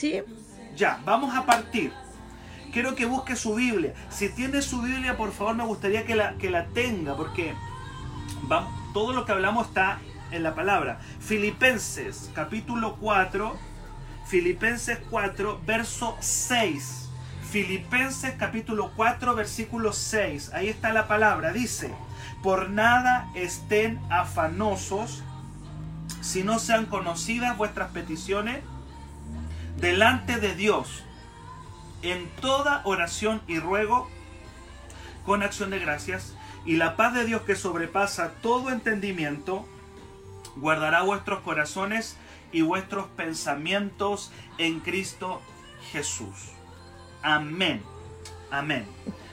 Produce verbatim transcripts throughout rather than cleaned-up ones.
Sí. Ya, vamos a partir. Quiero que busque su Biblia. Si tiene su Biblia, por favor, me gustaría que la, que la tenga, porque va, todo lo que hablamos está en la palabra. Filipenses, capítulo cuatro, Filipenses cuatro, verso seis. Filipenses, capítulo cuatro, versículo seis. Ahí está la palabra. Dice: por nada estén afanosos, si no sean conocidas vuestras peticiones delante de Dios, en toda oración y ruego, con acción de gracias, y la paz de Dios que sobrepasa todo entendimiento, guardará vuestros corazones y vuestros pensamientos en Cristo Jesús. Amén. Amén.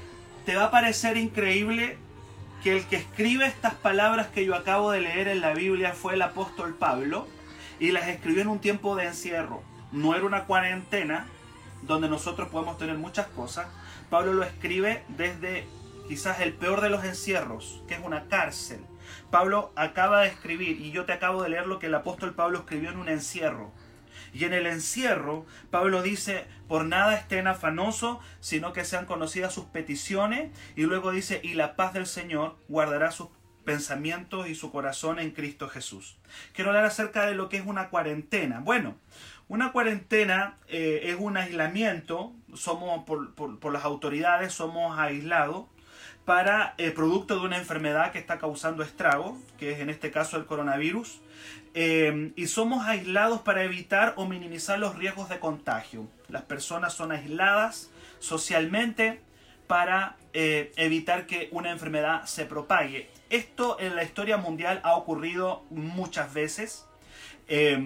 Te va a parecer increíble que el que escribe estas palabras que yo acabo de leer en la Biblia fue el apóstol Pablo, y las escribió en un tiempo de encierro. No era una cuarentena donde nosotros podemos tener muchas cosas. Pablo lo escribe desde quizás el peor de los encierros, que es una cárcel. Pablo acaba de escribir, y yo te acabo de leer lo que el apóstol Pablo escribió en un encierro. Y en el encierro, Pablo dice: por nada estén afanosos, sino que sean conocidas sus peticiones. Y luego dice: y la paz del Señor guardará sus pensamientos y su corazón en Cristo Jesús. Quiero hablar acerca de lo que es una cuarentena. Bueno, una cuarentena eh, es un aislamiento. Somos, por, por, por las autoridades, somos aislados para eh, producto de una enfermedad que está causando estrago, que es en este caso el coronavirus. Eh, y somos aislados para evitar o minimizar los riesgos de contagio. Las personas son aisladas socialmente para eh, evitar que una enfermedad se propague. Esto en la historia mundial ha ocurrido muchas veces. Eh,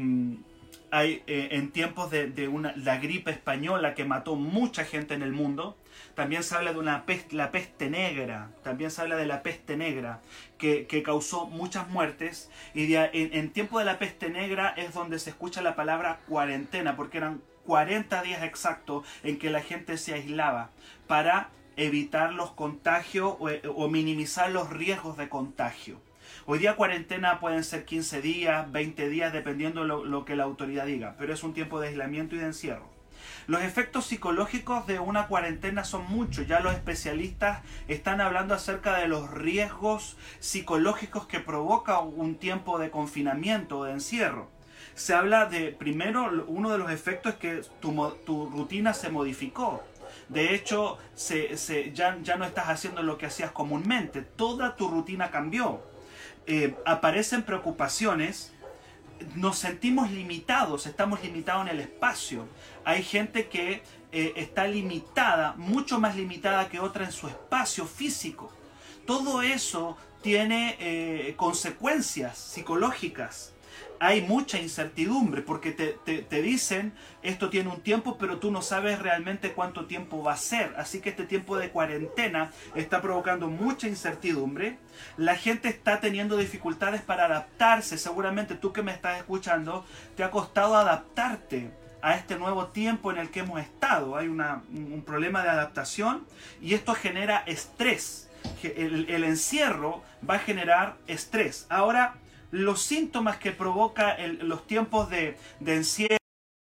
hay, eh, en tiempos de, de una, la gripe española, que mató mucha gente en el mundo. También se habla de una peste, la peste negra. También se habla de la peste negra, que, que causó muchas muertes. Y de, en, en tiempo de la peste negra es donde se escucha la palabra cuarentena, porque eran cuarenta días exactos en que la gente se aislaba para evitar los contagios o, o minimizar los riesgos de contagio. Hoy día cuarentena pueden ser quince días, veinte días, dependiendo lo, lo que la autoridad diga, pero es un tiempo de aislamiento y de encierro. Los efectos psicológicos de una cuarentena son muchos. Ya los especialistas están hablando acerca de los riesgos psicológicos que provoca un tiempo de confinamiento o de encierro. Se habla de, primero, uno de los efectos es que tu, tu rutina se modificó. De hecho, se, se, ya, ya no estás haciendo lo que hacías comúnmente. Toda tu rutina cambió. Eh, aparecen preocupaciones. Nos sentimos limitados, estamos limitados en el espacio. Hay gente que eh, está limitada, mucho más limitada que otra en su espacio físico. Todo eso tiene eh, consecuencias psicológicas. Hay mucha incertidumbre porque te, te, te dicen esto tiene un tiempo, pero tú no sabes realmente cuánto tiempo va a ser. Así que este tiempo de cuarentena está provocando mucha incertidumbre. La gente está teniendo dificultades para adaptarse. Seguramente tú que me estás escuchando te ha costado adaptarte a este nuevo tiempo en el que hemos estado. Hay una, un problema de adaptación y esto genera estrés. El, el encierro va a generar estrés. Ahora, los síntomas que provoca el, los tiempos de, de encierro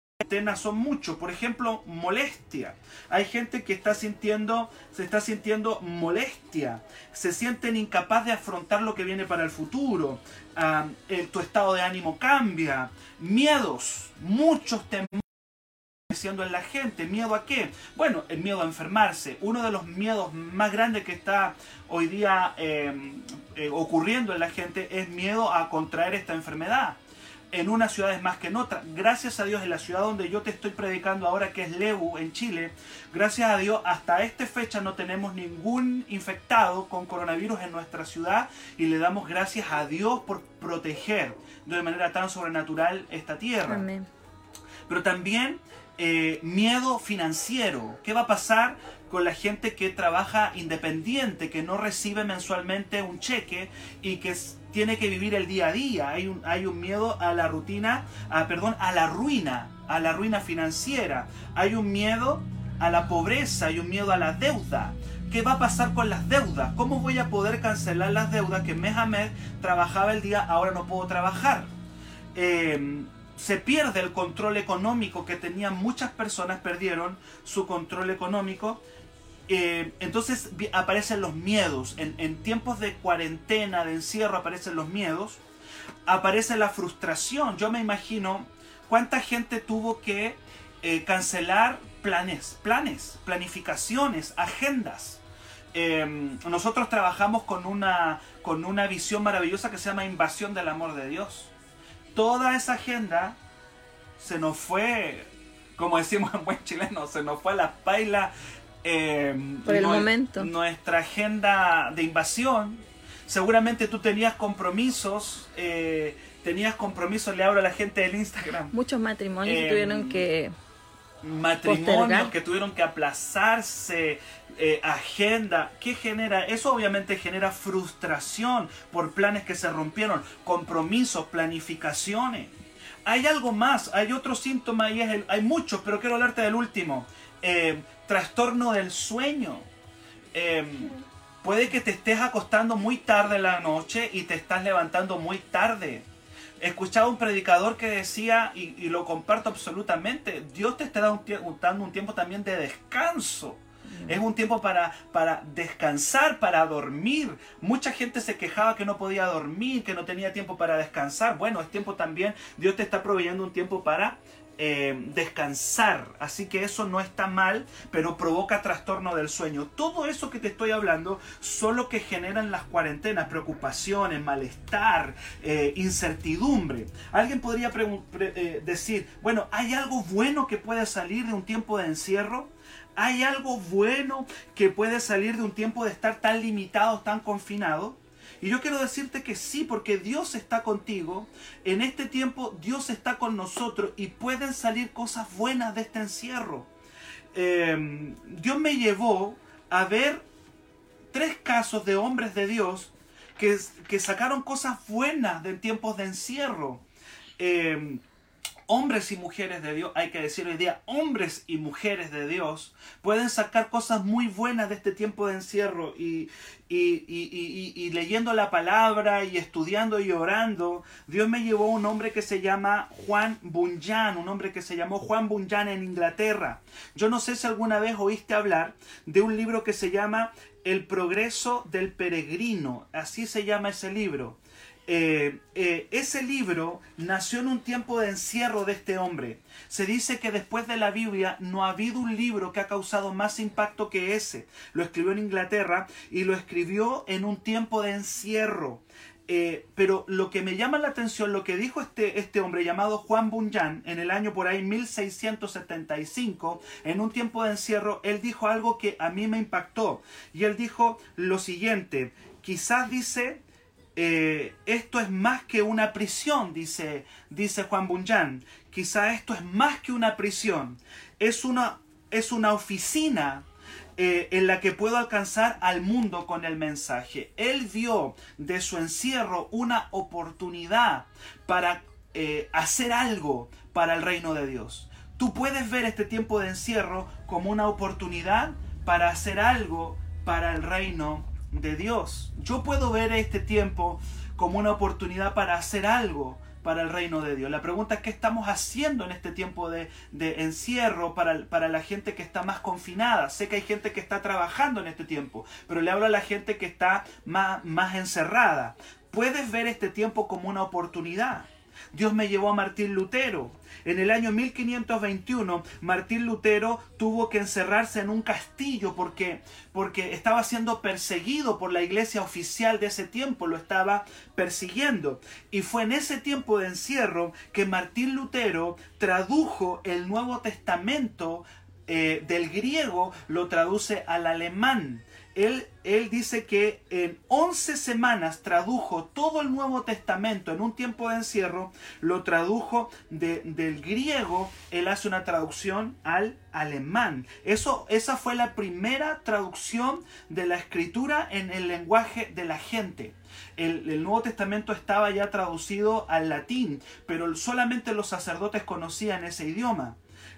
son muchos. Por ejemplo, molestia. Hay gente que está sintiendo, se está sintiendo molestia. Se sienten incapaz de afrontar lo que viene para el futuro. Uh, el, tu estado de ánimo cambia. Miedos, muchos temores siendo en la gente. ¿Miedo a qué? Bueno, el miedo a enfermarse. Uno de los miedos más grandes que está hoy día eh, eh, ocurriendo en la gente es miedo a contraer esta enfermedad. En unas ciudades más que en otras. Gracias a Dios, en la ciudad donde yo te estoy predicando ahora, que es Lebu, en Chile, gracias a Dios, hasta esta fecha no tenemos ningún infectado con coronavirus en nuestra ciudad, y le damos gracias a Dios por proteger de manera tan sobrenatural esta tierra. Amén. Pero también eh, miedo financiero. ¿Qué va a pasar con la gente que trabaja independiente, que no recibe mensualmente un cheque y que tiene que vivir el día a día? Hay un, hay un miedo a la rutina, a, perdón, a la ruina, a la ruina financiera. Hay un miedo a la pobreza, hay un miedo a la deuda. ¿Qué va a pasar con las deudas? ¿Cómo voy a poder cancelar las deudas que mes a mes trabajaba el día, ahora no puedo trabajar? Eh, se pierde el control económico que tenían muchas personas, perdieron su control económico. Eh, entonces aparecen los miedos. En, en tiempos de cuarentena, de encierro, aparecen los miedos. Aparece la frustración. Yo me imagino cuánta gente tuvo que eh, cancelar planes, planes, planificaciones, agendas. Eh, nosotros trabajamos con una, con una visión maravillosa que se llama Invasión del Amor de Dios. Toda esa agenda se nos fue, como decimos en buen chileno, se nos fue a las pailas. Eh, Por el no, momento. Nuestra agenda de invasión. Seguramente tú tenías compromisos, eh, tenías compromisos, le hablo a la gente del Instagram. Muchos matrimonios Eh, tuvieron que matrimonios postergar. que tuvieron que aplazarse, eh, agenda. ¿Qué genera? Eso obviamente genera frustración por planes que se rompieron, compromisos, planificaciones. Hay algo más, hay otro síntoma y es el, hay muchos, pero quiero hablarte del último. Eh, trastorno del sueño. Eh, puede que te estés acostando muy tarde en la noche y te estás levantando muy tarde. Escuchaba un predicador que decía, y, y lo comparto absolutamente, Dios te está dando un, dando un tiempo también de descanso. Es un tiempo para, para descansar, para dormir. Mucha gente se quejaba que no podía dormir, que no tenía tiempo para descansar. Bueno, es tiempo también, Dios te está proveyendo un tiempo para eh, descansar. Así que eso no está mal, pero provoca trastorno del sueño. Todo eso que te estoy hablando son lo que generan las cuarentenas, preocupaciones, malestar, eh, incertidumbre. Alguien podría pre pre eh, decir, bueno, ¿hay algo bueno que puede salir de un tiempo de encierro? ¿Hay algo bueno que puede salir de un tiempo de estar tan limitados, tan confinados? Y yo quiero decirte que sí, porque Dios está contigo. En este tiempo Dios está con nosotros y pueden salir cosas buenas de este encierro. Eh, Dios me llevó a ver tres casos de hombres de Dios que, que sacaron cosas buenas de tiempos de encierro. Eh, Hombres y mujeres de Dios, hay que decir hoy día, hombres y mujeres de Dios pueden sacar cosas muy buenas de este tiempo de encierro y, y, y, y, y leyendo la palabra y estudiando y orando. Dios me llevó a un hombre que se llama Juan Bunyan, un hombre que se llamó Juan Bunyan en Inglaterra. Yo no sé si alguna vez oíste hablar de un libro que se llama El progreso del peregrino, así se llama ese libro. Eh, eh, ese libro nació en un tiempo de encierro de este hombre. Se dice que después de la Biblia no ha habido un libro que ha causado más impacto que ese. Lo escribió en Inglaterra y lo escribió en un tiempo de encierro. Eh, pero lo que me llama la atención, lo que dijo este, este hombre llamado Juan Bunyan en el año por ahí mil seiscientos setenta y cinco, en un tiempo de encierro, él dijo algo que a mí me impactó. Y él dijo lo siguiente, quizás dice... Eh, esto es más que una prisión, dice, dice Juan Bunyan. Quizá esto es más que una prisión. Es una, es una oficina eh, en la que puedo alcanzar al mundo con el mensaje. Él vio de su encierro una oportunidad para eh, hacer algo para el reino de Dios. Tú puedes ver este tiempo de encierro como una oportunidad para hacer algo para el reino de Dios. Yo puedo ver este tiempo como una oportunidad para hacer algo para el reino de Dios. La pregunta es, ¿qué estamos haciendo en este tiempo de, de encierro para, para la gente que está más confinada? Sé que hay gente que está trabajando en este tiempo, pero le hablo a la gente que está más, más encerrada. Puedes ver este tiempo como una oportunidad. Dios me llevó a Martín Lutero. En el año mil quinientos veintiuno, Martín Lutero tuvo que encerrarse en un castillo porque, porque estaba siendo perseguido por la iglesia oficial de ese tiempo, lo estaba persiguiendo. Y fue en ese tiempo de encierro que Martín Lutero tradujo el Nuevo Testamento eh, del griego, lo traduce al alemán. Él, él dice que en once semanas tradujo todo el Nuevo Testamento en un tiempo de encierro, lo tradujo de, del griego, él hace una traducción al alemán. Eso, esa fue la primera traducción de la escritura en el lenguaje de la gente. El, el Nuevo Testamento estaba ya traducido al latín, pero solamente los sacerdotes conocían ese idioma.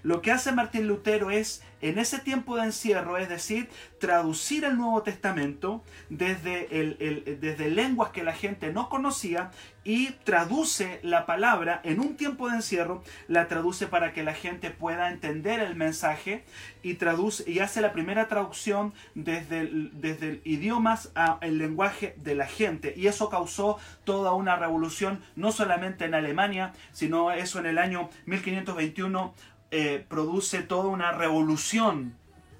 Lo que hace Martín Lutero es, en ese tiempo de encierro, es decir, traducir el Nuevo Testamento desde, el, el, desde lenguas que la gente no conocía y traduce la palabra en un tiempo de encierro, la traduce para que la gente pueda entender el mensaje y, traduce, y hace la primera traducción desde el, desde el idiomas al lenguaje de la gente. Y eso causó toda una revolución, no solamente en Alemania, sino eso en el año mil quinientos veintiuno eh, produce toda una revolución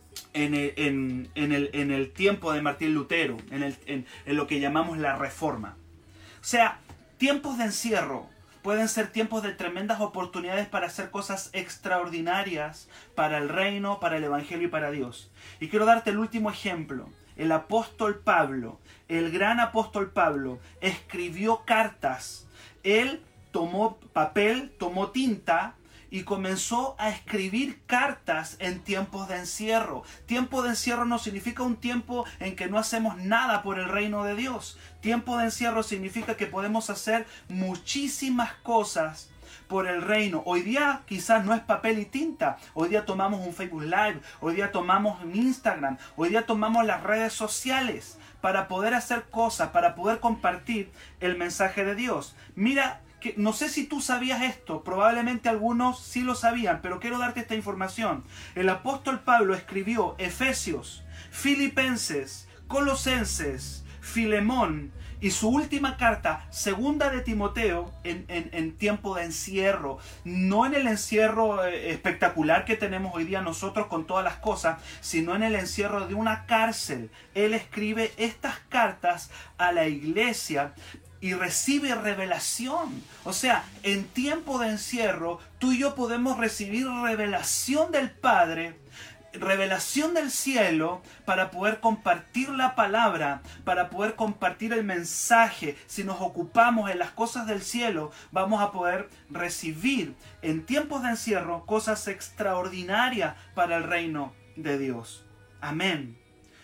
en el, en, en, el, en el tiempo de Martín Lutero, en, el, en, en lo que llamamos la Reforma. O sea, tiempos de encierro pueden ser tiempos de tremendas oportunidades para hacer cosas extraordinarias para el reino, para el evangelio y para Dios. Y quiero darte el último ejemplo. El apóstol Pablo, el gran apóstol Pablo, escribió cartas. Él tomó papel, tomó tinta y comenzó a escribir cartas en tiempos de encierro. Tiempo de encierro no significa un tiempo en que no hacemos nada por el reino de Dios. Tiempo de encierro significa que podemos hacer muchísimas cosas por el reino. Hoy día quizás no es papel y tinta. Hoy día tomamos un Facebook Live. Hoy día tomamos un Instagram. Hoy día tomamos las redes sociales para poder hacer cosas, para poder compartir el mensaje de Dios. Mira, que no sé si tú sabías esto, probablemente algunos sí lo sabían, pero quiero darte esta información. El apóstol Pablo escribió Efesios, Filipenses, Colosenses, Filemón y su última carta, segunda de Timoteo, en, en, en tiempo de encierro. No en el encierro espectacular que tenemos hoy día nosotros con todas las cosas, sino en el encierro de una cárcel. Él escribe estas cartas a la iglesia y recibe revelación. O sea, en tiempo de encierro, tú y yo podemos recibir revelación del Padre, revelación del cielo, para poder compartir la palabra, para poder compartir el mensaje. Si nos ocupamos en las cosas del cielo, vamos a poder recibir en tiempos de encierro cosas extraordinarias para el reino de Dios. Amén.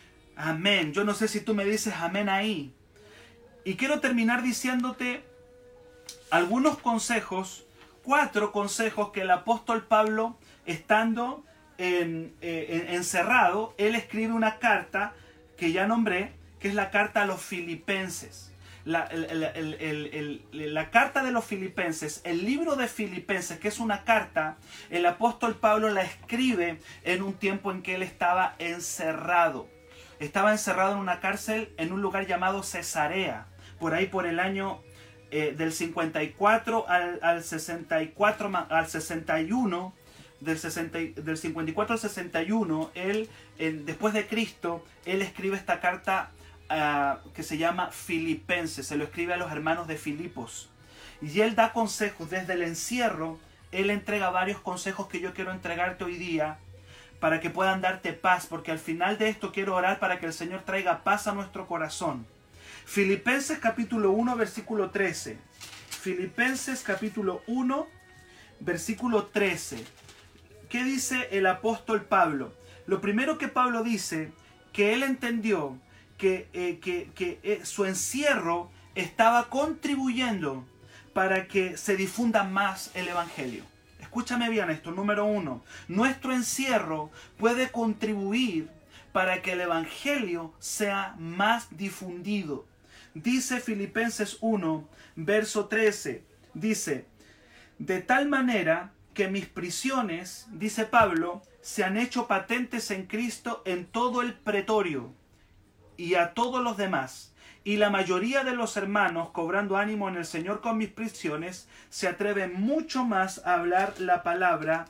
Amén. Yo no sé si tú me dices amén ahí. Y quiero terminar diciéndote algunos consejos, cuatro consejos que el apóstol Pablo, estando en, eh, en, encerrado, él escribe una carta que ya nombré, que es la carta a los filipenses. La, el, el, el, el, el, la carta de los filipenses, el libro de Filipenses, que es una carta, el apóstol Pablo la escribe en un tiempo en que él estaba encerrado. Estaba encerrado en una cárcel en un lugar llamado Cesarea, por ahí por el año eh, del cincuenta y cuatro al, al sesenta y cuatro, al sesenta y uno, del, sesenta, del cincuenta y cuatro al sesenta y uno, él, él, después de Cristo, él escribe esta carta uh, que se llama Filipenses, se lo escribe a los hermanos de Filipos. Y él da consejos desde el encierro, él entrega varios consejos que yo quiero entregarte hoy día, para que puedan darte paz, porque al final de esto quiero orar para que el Señor traiga paz a nuestro corazón. Filipenses capítulo uno, versículo trece. Filipenses capítulo uno, versículo trece. ¿Qué dice el apóstol Pablo? Lo primero que Pablo dice, que él entendió que, eh, que, que eh, su encierro estaba contribuyendo para que se difunda más el evangelio. Escúchame bien esto, número uno. Nuestro encierro puede contribuir para que el evangelio sea más difundido. Dice Filipenses uno, verso trece, dice, de tal manera que mis prisiones, dice Pablo, se han hecho patentes en Cristo en todo el pretorio y a todos los demás. Y la mayoría de los hermanos, cobrando ánimo en el Señor con mis prisiones, se atreven mucho más a hablar la palabra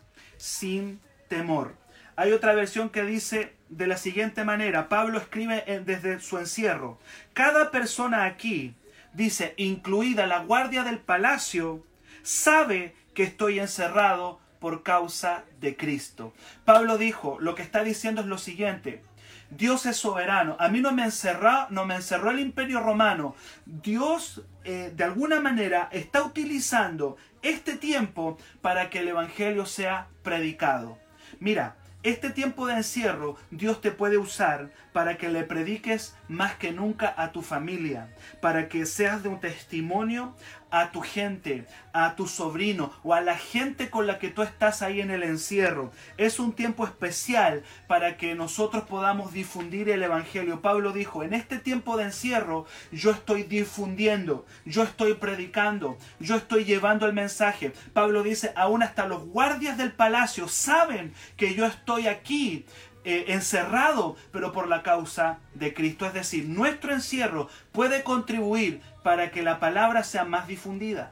sin temor. Hay otra versión que dice de la siguiente manera, Pablo escribe desde su encierro, cada persona aquí, dice, incluida la guardia del palacio, sabe que estoy encerrado por causa de Cristo. Pablo dijo, lo que está diciendo es lo siguiente, Dios es soberano. A mí no me encerró, no me encerró el Imperio Romano. Dios, eh, de alguna manera, está utilizando este tiempo para que el Evangelio sea predicado. Mira, este tiempo de encierro, Dios te puede usar para que le prediques más que nunca a tu familia, para que seas de un testimonio a tu gente, a tu sobrino o a la gente con la que tú estás ahí en el encierro. Es un tiempo especial para que nosotros podamos difundir el evangelio. Pablo dijo, en este tiempo de encierro yo estoy difundiendo, yo estoy predicando, yo estoy llevando el mensaje. Pablo dice, aún hasta los guardias del palacio saben que yo estoy aquí eh, encerrado, pero por la causa de Cristo. Es decir, nuestro encierro puede contribuir para que la palabra sea más difundida.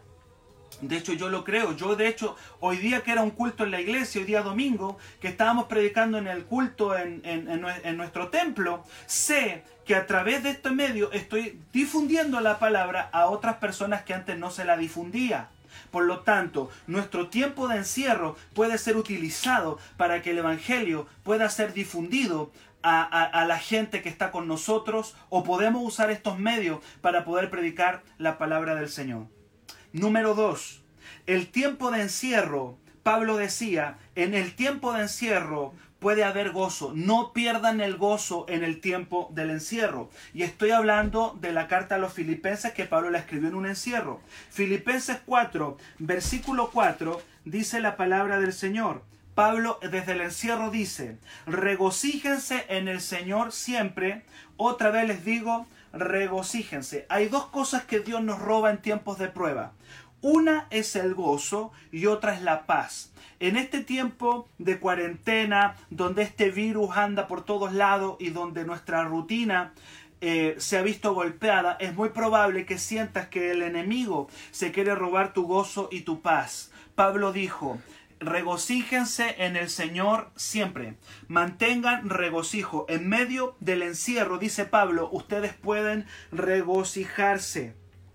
De hecho, yo lo creo. Yo, de hecho, hoy día que era un culto en la iglesia, hoy día domingo, que estábamos predicando en el culto en, en, en, en nuestro templo, sé que a través de este medio estoy difundiendo la palabra a otras personas que antes no se la difundía. Por lo tanto, nuestro tiempo de encierro puede ser utilizado para que el evangelio pueda ser difundido a, a, a la gente que está con nosotros, o podemos usar estos medios para poder predicar la palabra del Señor. Número dos, el tiempo de encierro. Pablo decía, en el tiempo de encierro puede haber gozo. No pierdan el gozo en el tiempo del encierro. Y estoy hablando de la carta a los Filipenses que Pablo la escribió en un encierro. Filipenses cuatro, versículo cuatro, dice la palabra del Señor. Pablo desde el encierro dice, regocíjense en el Señor siempre. Otra vez les digo, regocíjense. Hay dos cosas que Dios nos roba en tiempos de prueba. Una es el gozo y otra es la paz. En este tiempo de cuarentena, donde este virus anda por todos lados y donde nuestra rutina eh, se ha visto golpeada, es muy probable que sientas que el enemigo se quiere robar tu gozo y tu paz. Pablo dijo, regocíjense en el Señor siempre. Mantengan regocijo. En medio del encierro, dice Pablo, ustedes pueden regocijarse.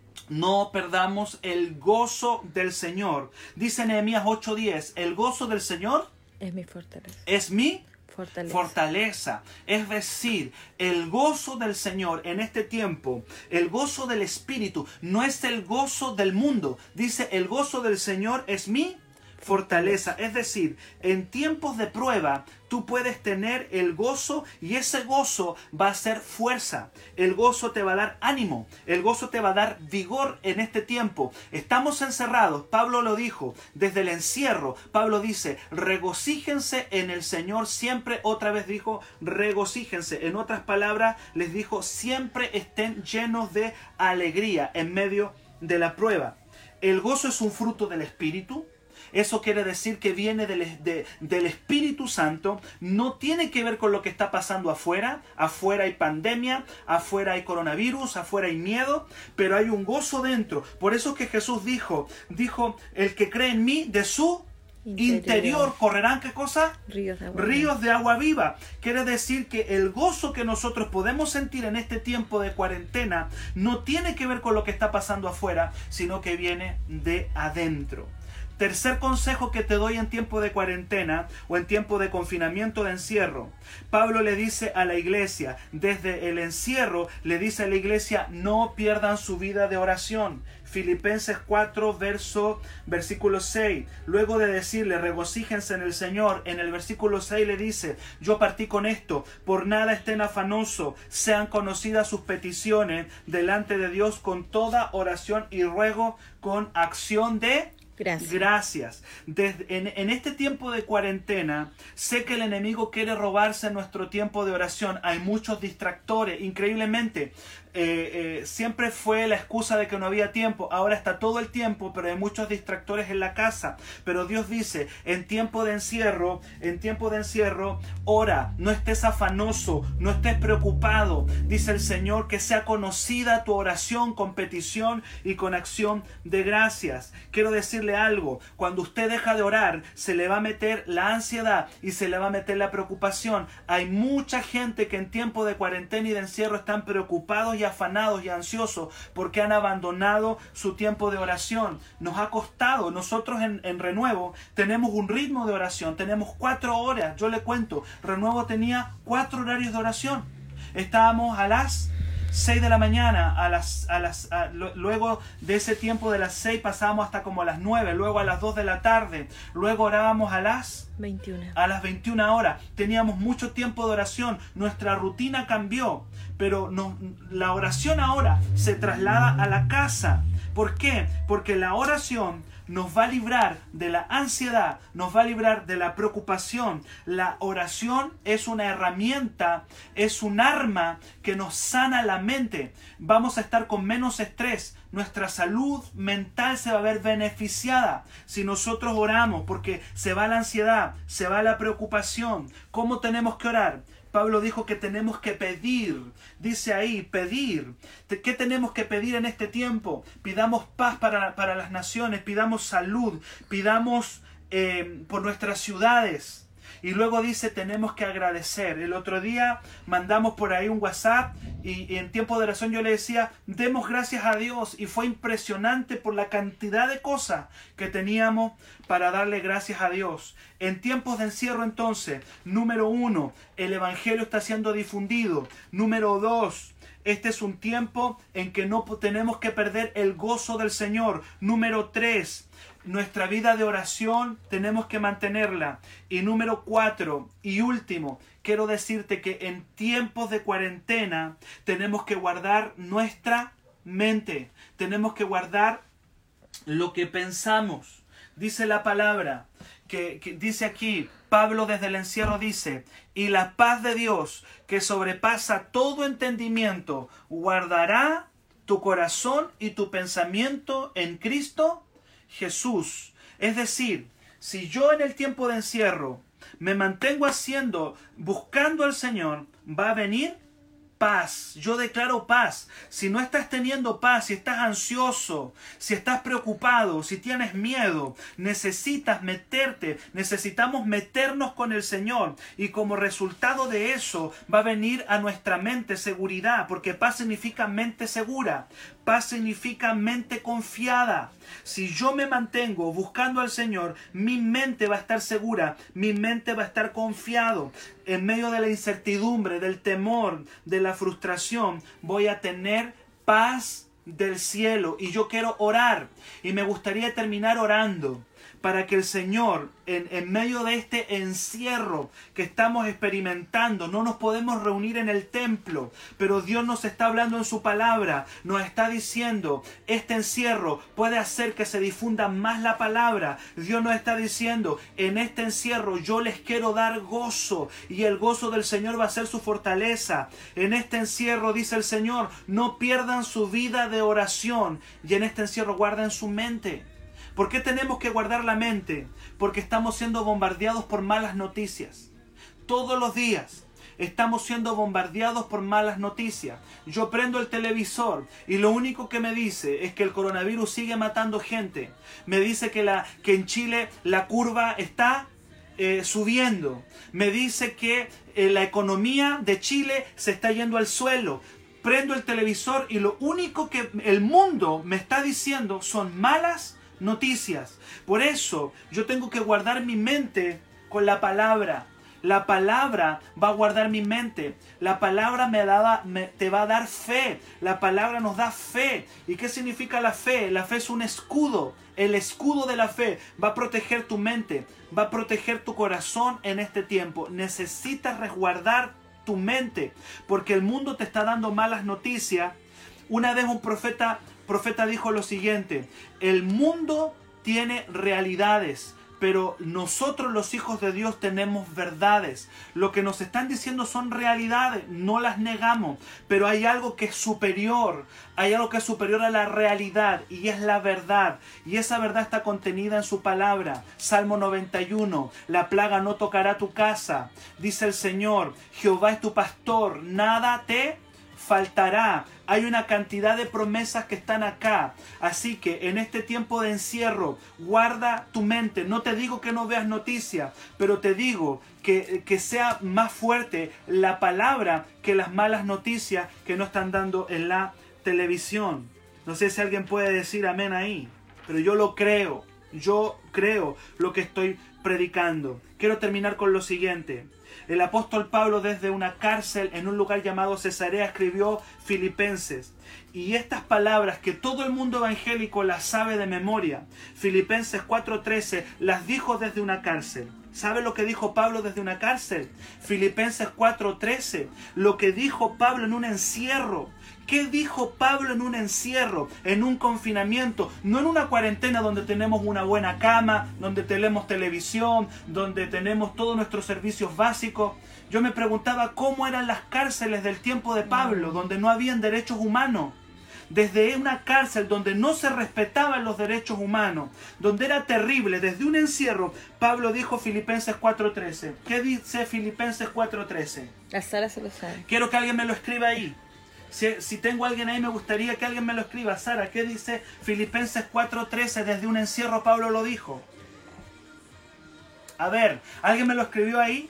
No perdamos el gozo del Señor. Dice Nehemías ocho diez, el gozo del Señor es mi fortaleza. Es mi Fortaleza. fortaleza. Es decir, el gozo del Señor en este tiempo, el gozo del Espíritu, no es el gozo del mundo. Dice, el gozo del Señor es mi fortaleza. Es decir, en tiempos de prueba, tú puedes tener el gozo y ese gozo va a ser fuerza. El gozo te va a dar ánimo. El gozo te va a dar vigor en este tiempo. Estamos encerrados. Pablo lo dijo desde el encierro. Pablo dice, regocíjense en el Señor siempre. Otra vez dijo, regocíjense. En otras palabras, les dijo, siempre estén llenos de alegría en medio de la prueba. El gozo es un fruto del Espíritu. Eso quiere decir que viene del, de, del Espíritu Santo. No tiene que ver con lo que está pasando afuera. Afuera hay pandemia, afuera hay coronavirus, afuera hay miedo, pero hay un gozo dentro. Por eso es que Jesús dijo, dijo, el que cree en mí, de su interior, interior correrán, ¿qué cosa? Ríos de agua Ríos de agua viva. Quiere decir que el gozo que nosotros podemos sentir en este tiempo de cuarentena no tiene que ver con lo que está pasando afuera, sino que viene de adentro. Tercer consejo que te doy en tiempo de cuarentena o en tiempo de confinamiento, de encierro. Pablo le dice a la iglesia, desde el encierro, le dice a la iglesia, no pierdan su vida de oración. Filipenses cuatro, verso, versículo seis. Luego de decirle, regocíjense en el Señor, en el versículo seis le dice, yo partí con esto, por nada estén afanosos, sean conocidas sus peticiones delante de Dios con toda oración y ruego, con acción de Gracias. Gracias. Desde, en, en este tiempo de cuarentena, sé que el enemigo quiere robarse nuestro tiempo de oración. Hay muchos distractores. Increíblemente, eh, eh, siempre fue la excusa de que no había tiempo. Ahora está todo el tiempo, pero hay muchos distractores en la casa. Pero Dios dice, en tiempo de encierro, en tiempo de encierro, ora. No estés afanoso, no estés preocupado. Dice el Señor, que sea conocida tu oración con petición y con acción de gracias. Quiero decirle algo, cuando usted deja de orar, se le va a meter la ansiedad y se le va a meter la preocupación. Hay mucha gente que en tiempo de cuarentena y de encierro están preocupados y afanados y ansiosos porque han abandonado su tiempo de oración. Nos ha costado. Nosotros en, en Renuevo tenemos un ritmo de oración, tenemos cuatro horas. Yo le cuento, Renuevo tenía cuatro horarios de oración. Estábamos a las seis de la mañana, a las, a las, a, lo, luego de ese tiempo de las seis pasábamos hasta como a las nueve, luego a las dos de la tarde, luego orábamos a las veintiuna. A las veintiuna horas. Teníamos mucho tiempo de oración, nuestra rutina cambió, pero no, la oración ahora se traslada a la casa. ¿Por qué? Porque la oración nos va a librar de la ansiedad, nos va a librar de la preocupación. La oración es una herramienta, es un arma que nos sana la mente. Vamos a estar con menos estrés. Nuestra salud mental se va a ver beneficiada si nosotros oramos, porque se va la ansiedad, se va la preocupación. ¿Cómo tenemos que orar? Pablo dijo que tenemos que pedir. Dice ahí, pedir. ¿Qué tenemos que pedir en este tiempo? Pidamos paz para, para las naciones, pidamos salud, pidamos eh, por nuestras ciudades. Y luego dice, tenemos que agradecer. El otro día mandamos por ahí un WhatsApp y, y en tiempo de oración yo le decía, demos gracias a Dios. Y fue impresionante por la cantidad de cosas que teníamos para darle gracias a Dios. En tiempos de encierro entonces, número uno, el Evangelio está siendo difundido. Número dos, este es un tiempo en que no tenemos que perder el gozo del Señor. Número tres, nuestra vida de oración tenemos que mantenerla. Y número cuatro y último, quiero decirte que en tiempos de cuarentena tenemos que guardar nuestra mente. Tenemos que guardar lo que pensamos. Dice la palabra, que, que dice aquí, Pablo desde el encierro dice, y la paz de Dios que sobrepasa todo entendimiento, guardará tu corazón y tu pensamiento en Cristo Jesús. Es decir, si yo en el tiempo de encierro me mantengo haciendo, buscando al Señor, va a venir paz. Yo declaro paz. Si no estás teniendo paz, si estás ansioso, si estás preocupado, si tienes miedo, necesitas meterte, necesitamos meternos con el Señor. Y como resultado de eso va a venir a nuestra mente seguridad, porque paz significa mente segura. Paz significa mente confiada. Si yo me mantengo buscando al Señor, mi mente va a estar segura, mi mente va a estar confiado. En medio de la incertidumbre, del temor, de la frustración, voy a tener paz del cielo. Y yo quiero orar, y me gustaría terminar orando para que el Señor, en, en medio de este encierro que estamos experimentando, no nos podemos reunir en el templo, pero Dios nos está hablando en su palabra, nos está diciendo, este encierro puede hacer que se difunda más la palabra. Dios nos está diciendo, en este encierro yo les quiero dar gozo, y el gozo del Señor va a ser su fortaleza. En este encierro, dice el Señor, no pierdan su vida de oración, y en este encierro guarden su mente. ¿Por qué tenemos que guardar la mente? Porque estamos siendo bombardeados por malas noticias. Todos los días estamos siendo bombardeados por malas noticias. Yo prendo el televisor y lo único que me dice es que el coronavirus sigue matando gente. Me dice que, la, que en Chile la curva está eh, subiendo. Me dice que eh, la economía de Chile se está yendo al suelo. Prendo el televisor y lo único que el mundo me está diciendo son malas noticias. Por eso yo tengo que guardar mi mente con la palabra. La palabra va a guardar mi mente. La palabra me da, me, te va a dar fe. La palabra nos da fe. ¿Y qué significa la fe? La fe es un escudo. El escudo de la fe va a proteger tu mente, va a proteger tu corazón en este tiempo. Necesitas resguardar tu mente, porque el mundo te está dando malas noticias. Una vez un profeta profeta dijo lo siguiente: el mundo tiene realidades, pero nosotros los hijos de Dios tenemos verdades. Lo que nos están diciendo son realidades, no las negamos, pero hay algo que es superior, hay algo que es superior a la realidad, y es la verdad, y esa verdad está contenida en su palabra. Salmo noventa y uno, la plaga no tocará tu casa, dice el Señor, Jehová es tu pastor, nada te faltará. Hay una cantidad de promesas que están acá. Así que en este tiempo de encierro, guarda tu mente. No te digo que no veas noticias, pero te digo que, que sea más fuerte la palabra que las malas noticias que nos están dando en la televisión. No sé si alguien puede decir amén ahí, pero yo lo creo. Yo creo lo que estoy predicando. Quiero terminar con lo siguiente. El apóstol Pablo desde una cárcel en un lugar llamado Cesarea escribió Filipenses. Y estas palabras que todo el mundo evangélico las sabe de memoria, Filipenses cuatro trece, las dijo desde una cárcel. ¿Sabe lo que dijo Pablo desde una cárcel? Filipenses cuatro trece. Lo que dijo Pablo en un encierro. ¿Qué dijo Pablo en un encierro? En un confinamiento. No en una cuarentena donde tenemos una buena cama, donde tenemos televisión, donde tenemos todos nuestros servicios básicos. Yo me preguntaba cómo eran las cárceles del tiempo de Pablo, donde no habían derechos humanos. Desde una cárcel donde no se respetaban los derechos humanos, donde era terrible, desde un encierro, Pablo dijo Filipenses cuatro trece. ¿Qué dice Filipenses cuatro trece? La Sara se lo sabe. Quiero que alguien me lo escriba ahí. Si, si tengo a alguien ahí, me gustaría que alguien me lo escriba. Sara, ¿qué dice Filipenses cuatro trece? Desde un encierro Pablo lo dijo. A ver, ¿alguien me lo escribió ahí?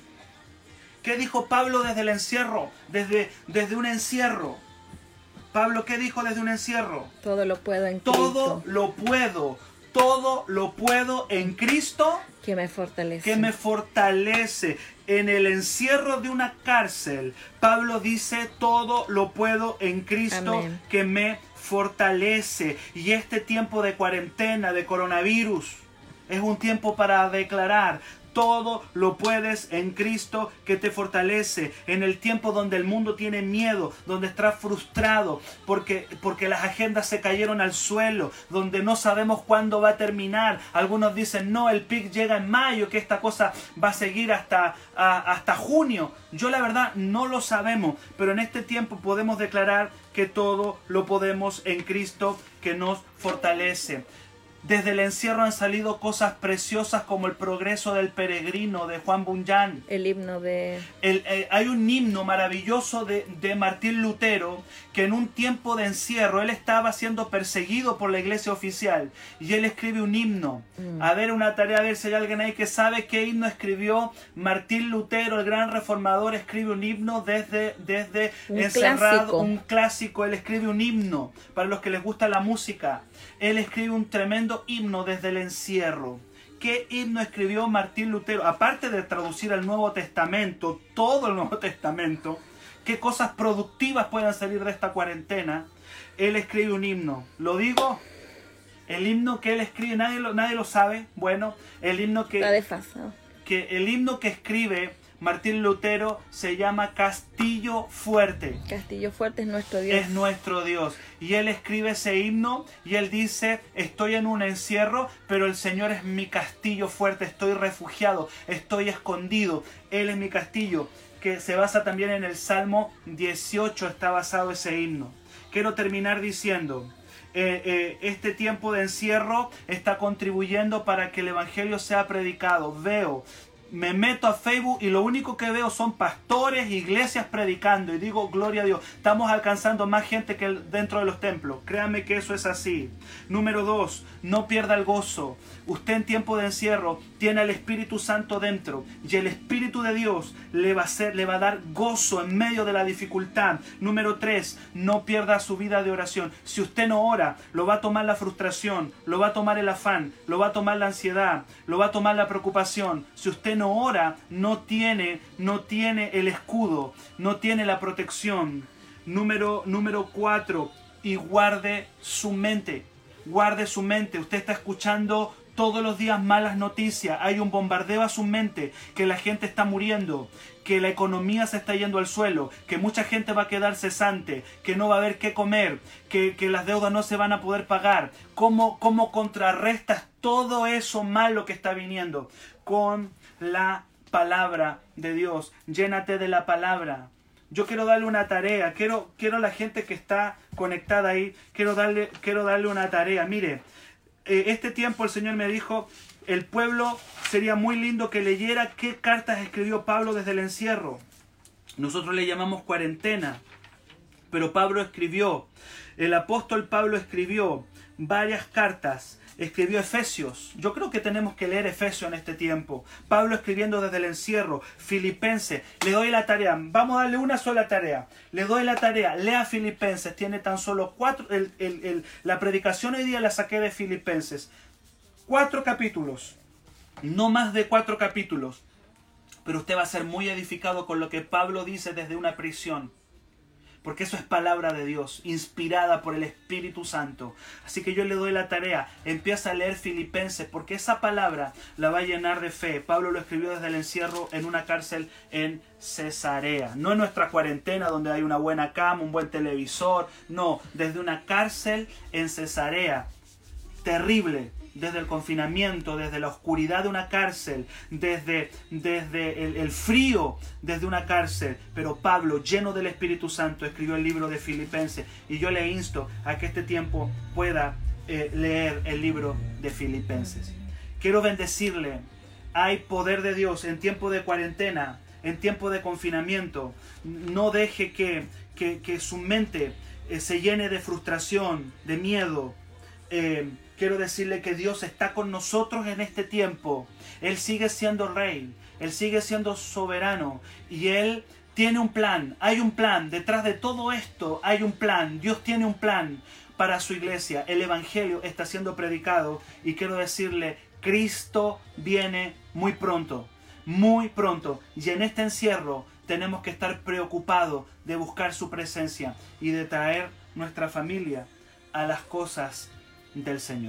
¿Qué dijo Pablo desde el encierro? Desde, desde un encierro. Pablo, ¿qué dijo desde un encierro? Todo lo puedo en Cristo. Todo lo puedo. Todo lo puedo en Cristo. Que me fortalece. Que me fortalece. En el encierro de una cárcel, Pablo dice, todo lo puedo en Cristo. Amén. Que me fortalece. Y este tiempo de cuarentena, de coronavirus, es un tiempo para declarar, todo lo puedes en Cristo que te fortalece. En el tiempo donde el mundo tiene miedo, donde está frustrado porque, porque las agendas se cayeron al suelo, donde no sabemos cuándo va a terminar. Algunos dicen, no, el pic llega en mayo, que esta cosa va a seguir hasta, a, hasta junio. Yo la verdad no lo sabemos, pero en este tiempo podemos declarar que todo lo podemos en Cristo que nos fortalece. Desde el encierro han salido cosas preciosas como el progreso del peregrino de Juan Bunyan. El himno de... El, eh, hay un himno maravilloso de, de Martín Lutero, que en un tiempo de encierro él estaba siendo perseguido por la iglesia oficial y él escribe un himno. Mm. A ver, una tarea, a ver si hay alguien ahí que sabe qué himno escribió Martín Lutero, el gran reformador. Escribe un himno desde, desde un encerrado, clásico. un clásico. Él escribe un himno para los que les gusta la música. Él escribe un tremendo himno desde el encierro. ¿Qué himno escribió Martín Lutero? Aparte de traducir el Nuevo Testamento, todo el Nuevo Testamento, qué cosas productivas puedan salir de esta cuarentena. Él escribe un himno. ¿Lo digo? El himno que él escribe, nadie lo, nadie lo sabe. Bueno, el himno que, Está desfasado. que el himno que escribe Martín Lutero se llama Castillo Fuerte. Castillo Fuerte es nuestro Dios. Es nuestro Dios. Y él escribe ese himno y él dice, estoy en un encierro, pero el Señor es mi castillo fuerte. Estoy refugiado, estoy escondido. Él es mi castillo. Que se basa también en el Salmo dieciocho, está basado ese himno. Quiero terminar diciendo, eh, eh, este tiempo de encierro está contribuyendo para que el Evangelio sea predicado. Veo... Me meto a Facebook y lo único que veo son pastores, iglesias predicando. Y digo, gloria a Dios, estamos alcanzando más gente que dentro de los templos. Créanme que eso es así. Número dos, no pierda el gozo. Usted en tiempo de encierro tiene al Espíritu Santo dentro. Y el Espíritu de Dios le va a hacer, le va a dar gozo en medio de la dificultad. Número tres, no pierda su vida de oración. Si usted no ora, lo va a tomar la frustración, lo va a tomar el afán, lo va a tomar la ansiedad, lo va a tomar la preocupación. Si usted no ora, no tiene, no tiene el escudo, no tiene la protección. Número, número cuatro, y guarde su mente. Guarde su mente. Usted está escuchando todos los días malas noticias. Hay un bombardeo a su mente, que la gente está muriendo, que la economía se está yendo al suelo, que mucha gente va a quedar cesante, que no va a haber qué comer, que, que las deudas no se van a poder pagar. ¿Cómo, cómo contrarrestas todo eso malo que está viniendo? Con la palabra de Dios. Llénate de la palabra. Yo quiero darle una tarea. Quiero, quiero a la gente que está conectada ahí, quiero darle, quiero darle una tarea. Mire, eh, este tiempo el Señor me dijo, el pueblo sería muy lindo que leyera qué cartas escribió Pablo desde el encierro. Nosotros le llamamos cuarentena, pero Pablo escribió, el apóstol Pablo escribió varias cartas. Escribió Efesios. Yo creo que tenemos que leer Efesios en este tiempo. Pablo escribiendo desde el encierro. Filipenses. Le doy la tarea. Vamos a darle una sola tarea. Le doy la tarea. Lea Filipenses. Tiene tan solo cuatro. El, el, el, la predicación hoy día la saqué de Filipenses. Cuatro capítulos. No más de cuatro capítulos. Pero usted va a ser muy edificado con lo que Pablo dice desde una prisión. porque eso es palabra de Dios, inspirada por el Espíritu Santo. Así que yo le doy la tarea, empieza a leer Filipenses, porque esa palabra la va a llenar de fe. Pablo lo escribió desde el encierro en una cárcel en Cesarea. No en nuestra cuarentena donde hay una buena cama, un buen televisor, no, desde una cárcel en Cesarea. Terrible. Desde el confinamiento, desde la oscuridad de una cárcel, desde, desde el, el frío, desde una cárcel. Pero Pablo, lleno del Espíritu Santo, escribió el libro de Filipenses. Y yo le insto a que este tiempo pueda eh, leer el libro de Filipenses. Quiero bendecirle. Hay poder de Dios en tiempo de cuarentena, en tiempo de confinamiento. No deje que, que, que su mente eh, se llene de frustración, de miedo. Eh, Quiero decirle que Dios está con nosotros en este tiempo. Él sigue siendo rey. Él sigue siendo soberano. Y Él tiene un plan. Hay un plan. Detrás de todo esto hay un plan. Dios tiene un plan para su iglesia. El Evangelio está siendo predicado. Y quiero decirle, Cristo viene muy pronto. Muy pronto. Y en este encierro tenemos que estar preocupados de buscar su presencia y de traer nuestra familia a las cosas del Señor.